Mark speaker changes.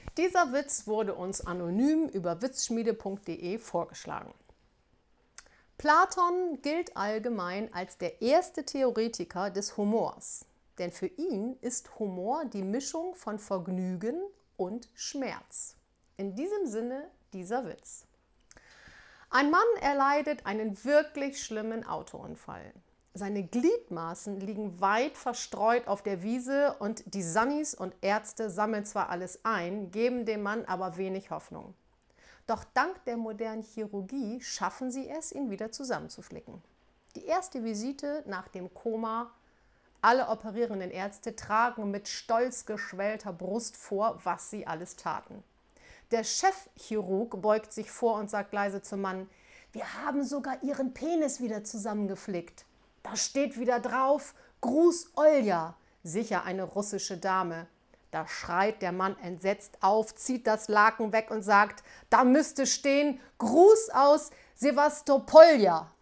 Speaker 1: Dieser Witz wurde uns anonym über witzschmiede.de vorgeschlagen. Platon gilt allgemein als der erste Theoretiker des Humors, denn für ihn ist Humor die Mischung von Vergnügen und Schmerz. In diesem Sinne dieser Witz. Ein Mann erleidet einen wirklich schlimmen Autounfall. Seine Gliedmaßen liegen weit verstreut auf der Wiese und die Sannis und Ärzte sammeln zwar alles ein, geben dem Mann aber wenig Hoffnung. Doch dank der modernen Chirurgie schaffen sie es, ihn wieder zusammenzuflicken. Die erste Visite nach dem Koma. Alle operierenden Ärzte tragen mit stolz geschwellter Brust vor, was sie alles taten. Der Chefchirurg beugt sich vor und sagt leise zum Mann: Wir haben sogar Ihren Penis wieder zusammengeflickt. Da steht wieder drauf: Gruß Olja, sicher eine russische Dame. Da schreit der Mann entsetzt auf, zieht das Laken weg und sagt: Da müsste stehen: Gruß aus Sevastopolja.